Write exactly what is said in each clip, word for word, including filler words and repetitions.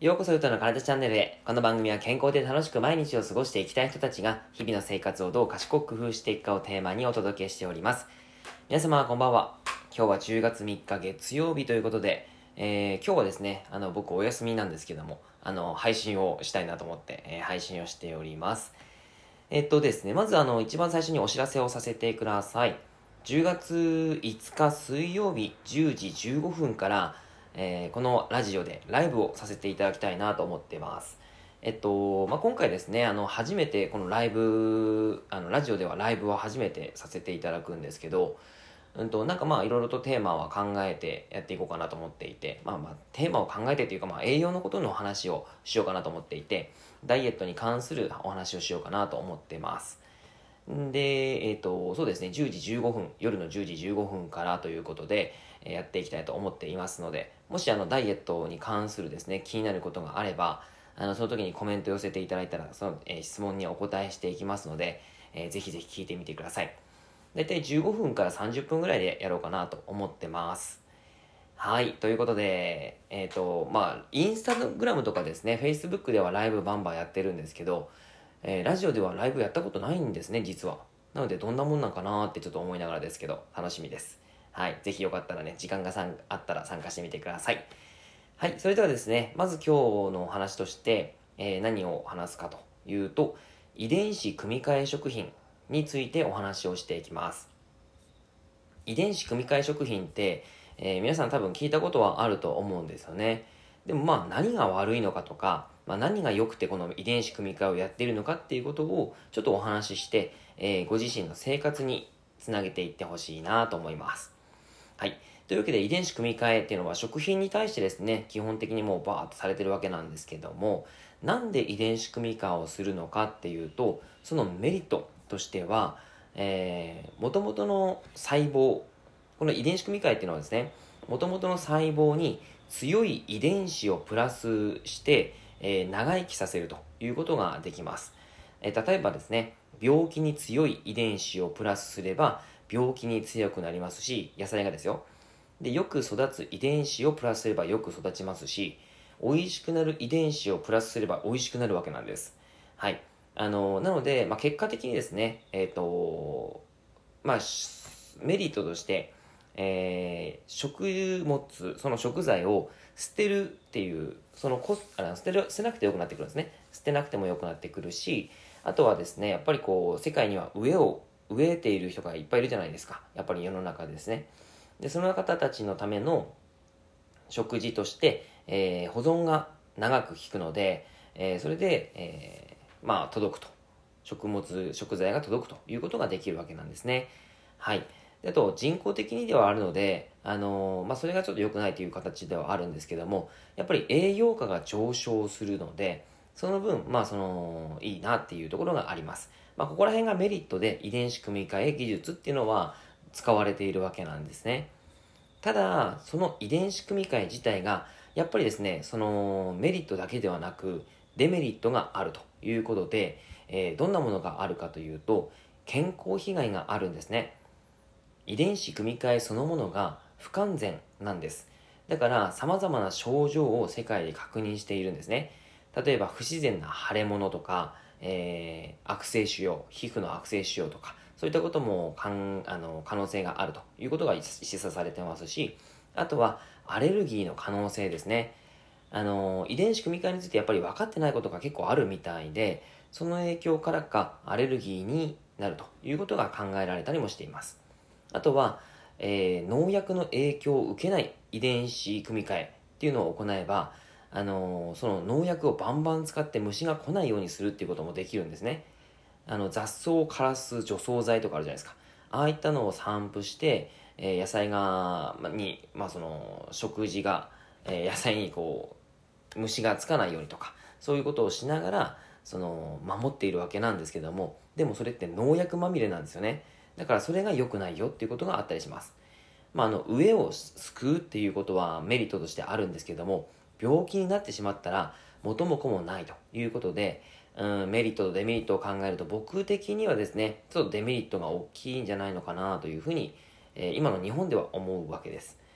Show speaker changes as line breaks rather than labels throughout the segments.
ようこそゆとの体チャンネルへ。この番組は健康で楽しく毎日を過ごしていきたい人たちが日々の生活をどう賢く工夫していくかをテーマにお届けしております。皆様こんばんは。今日はじゅうがつみっか月曜日ということで、えー、今日はですね、あの僕お休みなんですけども、あの配信をしたいなと思って、えー、配信をしております。えっとですね、まずあの一番最初にお知らせをさせてください。じゅうがついつか水曜日じゅうじじゅうごふんから、えーこのラジオでライブをさせていただきたいなと思ってます。えっと、まあ、今回ですね、あの、初めてこのライブ、あの、ラジオではライブを初めてさせていただくんですけど、うんと、なんかまあ、いろいろとテーマは考えてやっていこうかなと思っていて、まあまあ、テーマを考えてっていうか、まあ、栄養のことの話をしようかなと思っていて、ダイエットに関するお話をしようかなと思ってます。で、えっと、そうですね、じゅうじじゅうごふん、夜のじゅうじじゅうごふんからということで、えーやっていきたいと思っていますので、もしあの、ダイエットに関するですね、気になることがあれば、あの、その時にコメント寄せていただいたら、その、えー質問にお答えしていきますので、えーぜひぜひ聞いてみてください。だいたいじゅうごふんからさんじゅっぷんぐらいでやろうかなと思ってます。はい。ということで、えっと、まあ、インスタグラムとかですね、Facebook ではライブバンバンやってるんですけど、えーラジオではライブやったことないんですね、実は。なので、どんなもんなんかなーってちょっと思いながらですけど、楽しみです。はい。ぜひよかったらね、時間がさんあったら参加してみてください。はい。それではですね、まず今日のお話として、えー何を話すかというと、遺伝子組み換え食品についてお話をしていきます。遺伝子組み換え食品って、えー皆さん多分聞いたことはあると思うんですよね。でもまあ何が悪いのかとか、まあ、何が良くてこの遺伝子組み換えをやっているのかっていうことをちょっとお話しして、えーご自身の生活につなげていってほしいなと思います。はい。というわけで遺伝子組み換えっていうのは食品に対してですね、基本的にもうバーッとされてるわけなんですけども、なんで遺伝子組み換えをするのかっていうと、そのメリットとしては、えー、元々の細胞、この遺伝子組み換えっていうのはですね、元々の細胞に強い遺伝子をプラスして、えー長生きさせるということができます。えー例えばですね、病気に強い遺伝子をプラスすれば、病気に強くなりますし、野菜がですよ。で、よく育つ遺伝子をプラスすればよく育ちますし、美味しくなる遺伝子をプラスすれば美味しくなるわけなんです。はい。あの、なので、まあ、結果的にですね、えっと、まあ、メリットとして、えー食物、その食材を捨てるっていう、そのコスあの捨てる、捨てなくてよくなってくるんですね。捨てなくてもよくなってくるし、あとはですね、やっぱりこう、世界には飢えを、飢えている人がいっぱいいるじゃないですか。やっぱり世の中でですね。で、その方たちのための食事として、えー保存が長く効くので、えーそれで、えーまあ、届くと。食物、食材が届くということができるわけなんですね。はい。であと、人工的にではあるので、あのーまあ、それがちょっと良くないという形ではあるんですけども、やっぱり栄養価が上昇するので、その分、まあ、その、いいなっていうところがあります。まあ、ここら辺がメリットで遺伝子組み換え技術っていうのは使われているわけなんですね。ただ、その遺伝子組み換え自体が、やっぱりですね、そのメリットだけではなく、デメリットがあるということで、えーどんなものがあるかというと、健康被害があるんですね。遺伝子組み換えそのものが不完全なんです。だから様々な症状を世界で確認しているんですね。例えば不自然な腫れ物とか、えー悪性腫瘍、皮膚の悪性腫瘍とか、そういったこともかんあの可能性があるということが示唆されてますし、あとはアレルギーの可能性ですね。あの遺伝子組み換えについてやっぱり分かってないことが結構あるみたいで、その影響からかアレルギーになるということが考えられたりもしています。あとは、えー農薬の影響を受けない遺伝子組み換えっていうのを行えば、あのーその農薬をバンバン使って虫が来ないようにするっていうこともできるんですね。あの雑草を枯らす除草剤とかあるじゃないですか。ああいったのを散布して、えー野菜が、まに、まあ、その食事が、えー野菜にこう虫がつかないようにとか、そういうことをしながらその守っているわけなんですけども、でもそれって農薬まみれなんですよね。だからそれが良くないよっていうことがあったりします。まあ、あの飢えを救うっていうことはメリットとしてあるんですけども、病気になってしまったら元も子もないということで、うん、メリットとデメリットを考えると、僕的にはですね、ちょっとデメリットが大きいんじゃないのかなというふうに、えー今の日本では思うわけです。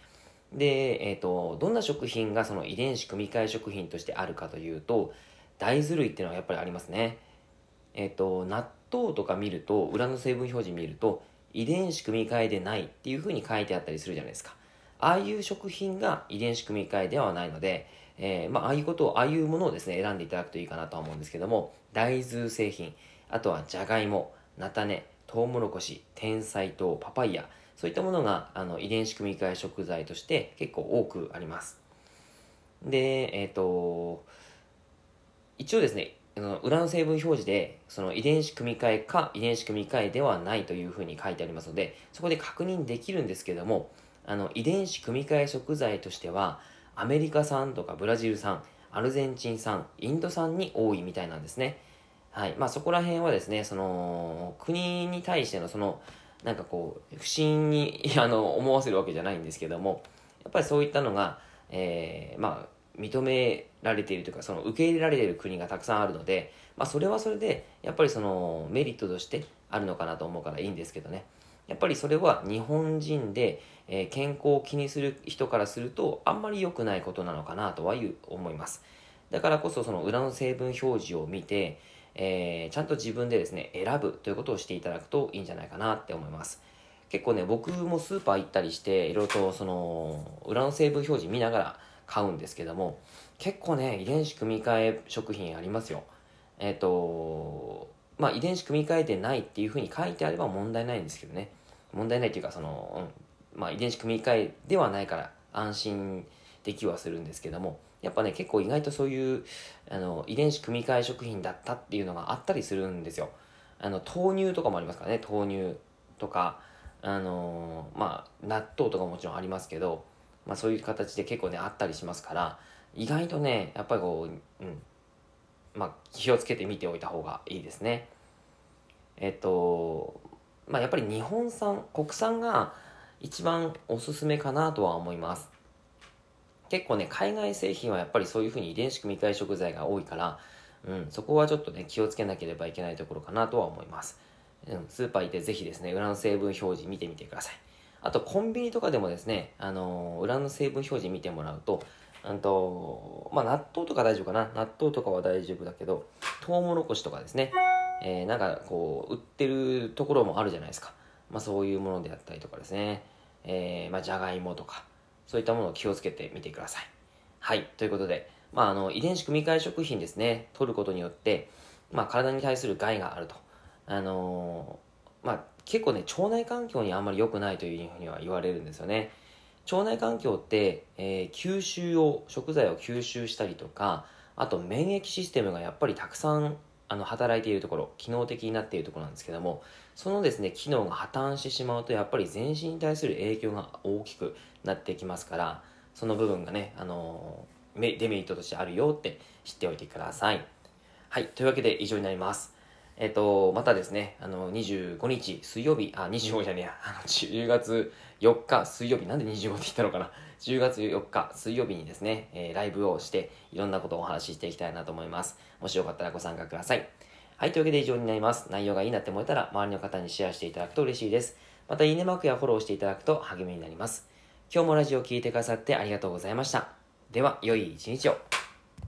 で、えっと、どんな食品がその遺伝子組み換え食品としてあるかというと、大豆類っていうのはやっぱりありますね。えっと、納豆とか見ると、裏の成分表示見ると、遺伝子組み換えでないっていうふうに書いてあったりするじゃないですか。ああいう食品が遺伝子組み換えではないので、えーまあ、ああいうことを、ああいうものをですね、選んでいただくといいかなとは思うんですけども、大豆製品、あとはじゃがいも、菜種、トウモロコシ、天才糖、パパイヤ、そういったものがあの遺伝子組み換え食材として結構多くあります。で、えっと、一応ですね、あの裏の成分表示でその遺伝子組み換えか遺伝子組み換えではないというふうに書いてありますので、そこで確認できるんですけども、あの遺伝子組み換え食材としてはアメリカ産とかブラジル産、アルゼンチン産、インド産に多いみたいなんですね。はい。まあそこら辺はですね、その国に対してのそのなんかこう不審にあの思わせるわけじゃないんですけども、やっぱりそういったのが、えーまあ認められているというか、その受け入れられている国がたくさんあるので、まあそれはそれでやっぱりそのメリットとしてあるのかなと思うからいいんですけどね。やっぱりそれは日本人で、えー健康を気にする人からするとあんまり良くないことなのかなとはいう思います。だからこそその裏の成分表示を見て、えーちゃんと自分でですね選ぶということをしていただくといいんじゃないかなって思います。結構ね、僕もスーパー行ったりしていろいろとその裏の成分表示見ながら買うんですけども、結構ね遺伝子組み換え食品ありますよ。えっ、とまあ遺伝子組み換えてないっていうふうに書いてあれば問題ないんですけどね。問題ないっていうか、その、うん、まあ遺伝子組み換えではないから安心できはするんですけども、やっぱね結構意外とそういうあの遺伝子組み換え食品だったっていうのがあったりするんですよ。あの豆乳とかもありますからね。豆乳とか、あのーまあ納豆とかもちろんありますけど、まあそういう形で結構ねあったりしますから、意外とねやっぱりこう、うん、まあ気をつけて見ておいた方がいいですね。えっとまあやっぱり日本産国産が一番おすすめかなとは思います。結構ね海外製品はやっぱりそういうふうに遺伝子組み換え食材が多いから、うん、そこはちょっとね気をつけなければいけないところかなとは思います。うん、スーパー行ってぜひですね裏の成分表示見てみてください。あとコンビニとかでもですね、あのー裏の成分表示見てもらうと、うんとまあ納豆とか大丈夫かな、納豆とかは大丈夫だけど、トウモロコシとかですね、えーなんかこう売ってるところもあるじゃないですか。まあそういうものであったりとかですね、えー、まあじゃがいもとかそういったものを気をつけてみてください。はい、ということで、まあ、あの遺伝子組み換え食品ですね、取ることによって、まあ、体に対する害があると。あのーまあ、結構ね、腸内環境にあんまり良くないというふうには言われるんですよね。腸内環境って、えー吸収を、食材を吸収したりとか、あと免疫システムがやっぱりたくさんあの働いているところ、機能的になっているところなんですけども、そのですね、機能が破綻してしまうと、やっぱり全身に対する影響が大きくなってきますから、その部分がね、あのーデメリットとしてあるよって知っておいてください。はい、というわけで以上になります。えっと、またですね、あの、にじゅうごにち水曜日、あ、にじゅうごじゃねえや、あの、じゅうがつよっか水曜日、なんでにじゅうごって言ったのかな。じゅうがつよっか水曜日にですね、えーライブをして、いろんなことをお話ししていきたいなと思います。もしよかったらご参加ください。はい、というわけで以上になります。内容がいいなって思えたら、周りの方にシェアしていただくと嬉しいです。また、いいねマークやフォローしていただくと励みになります。今日もラジオを聴いてくださってありがとうございました。では、良い一日を。